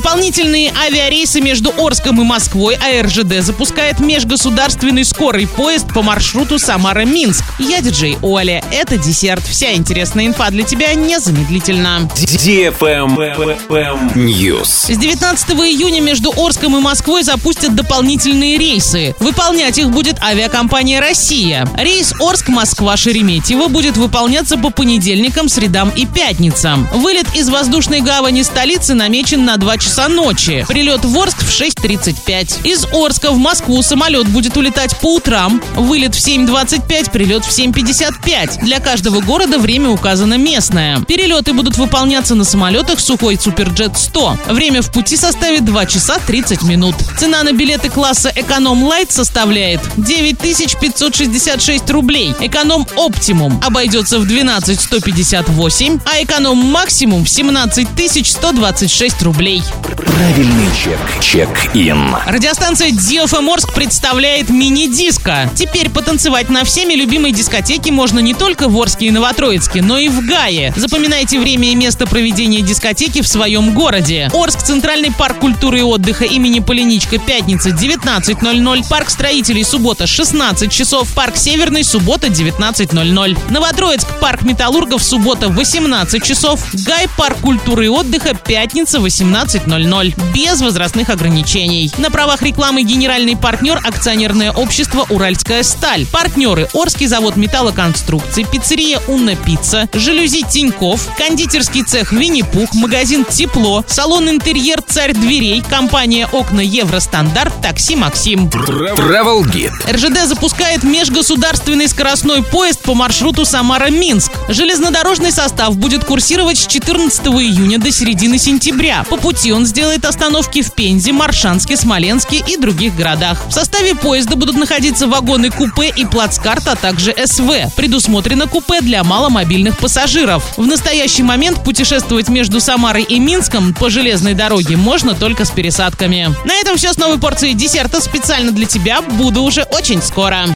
Дополнительные авиарейсы между Орском и Москвой РЖД запускает межгосударственный скорый поезд по маршруту Самара-Минск. Я диджей Оля. Это десерт. Вся интересная инфа для тебя незамедлительно. News. С 19 июня между Орском и Москвой запустят дополнительные рейсы. Выполнять их будет авиакомпания «Россия». Рейс Орск-Москва-Шереметьево будет выполняться по понедельникам, средам и пятницам. Вылет из воздушной гавани столицы намечен на 2 часа ночи. Прилет в Орск в 6:35. Из Орска в Москву самолет будет улетать по утрам. Вылет в 7:25, прилет в 7:55. Для каждого города время указано местное. Перелеты будут выполняться на самолетах Сухой Суперджет-100. Время в пути составит 2 часа 30 минут. Цена на билеты класса Эконом Лайт составляет 9566 рублей. Эконом Оптимум обойдется в 12158, а Эконом Максимум в 17126 рублей. Правильный чек. Чек-ин. Радиостанция DFM Орск представляет мини-диско. Теперь потанцевать на всеми любимой дискотеке можно не только в Орске и Новотроицке, но и в Гае. Запоминайте время и место проведения дискотеки в своем городе. Орск, Центральный парк культуры и отдыха имени Полиничка, пятница 19:00. Парк строителей, суббота 16 часов. Парк Северный, суббота 19:00. Новотроицк, парк металлургов, суббота 18 часов. Гай, парк культуры и отдыха, пятница 18:00. Без возрастных ограничений. На правах рекламы генеральный партнер акционерное общество «Уральская сталь». Партнеры: Орский завод металлоконструкций, пиццерия «Унна Пицца», жалюзи Тинькофф, кондитерский цех «Винни-Пух», магазин «Тепло», салон «Интерьер Царь дверей», компания «Окна Евростандарт», такси «Максим». Travel Guide. РЖД запускает межгосударственный скоростной поезд по маршруту Самара-Минск. Железнодорожный состав будет курсировать с 14 июня до середины сентября. По пути он сделает остановки в Пензе, Моршанске, Смоленске и других городах. В составе поезда будут находиться вагоны-купе и плацкарт, а также СВ. Предусмотрено купе для маломобильных пассажиров. В настоящий момент путешествовать между Самарой и Минском по железной дороге можно только с пересадками. На этом все с новой порцией десерта специально для тебя. Буду уже очень скоро.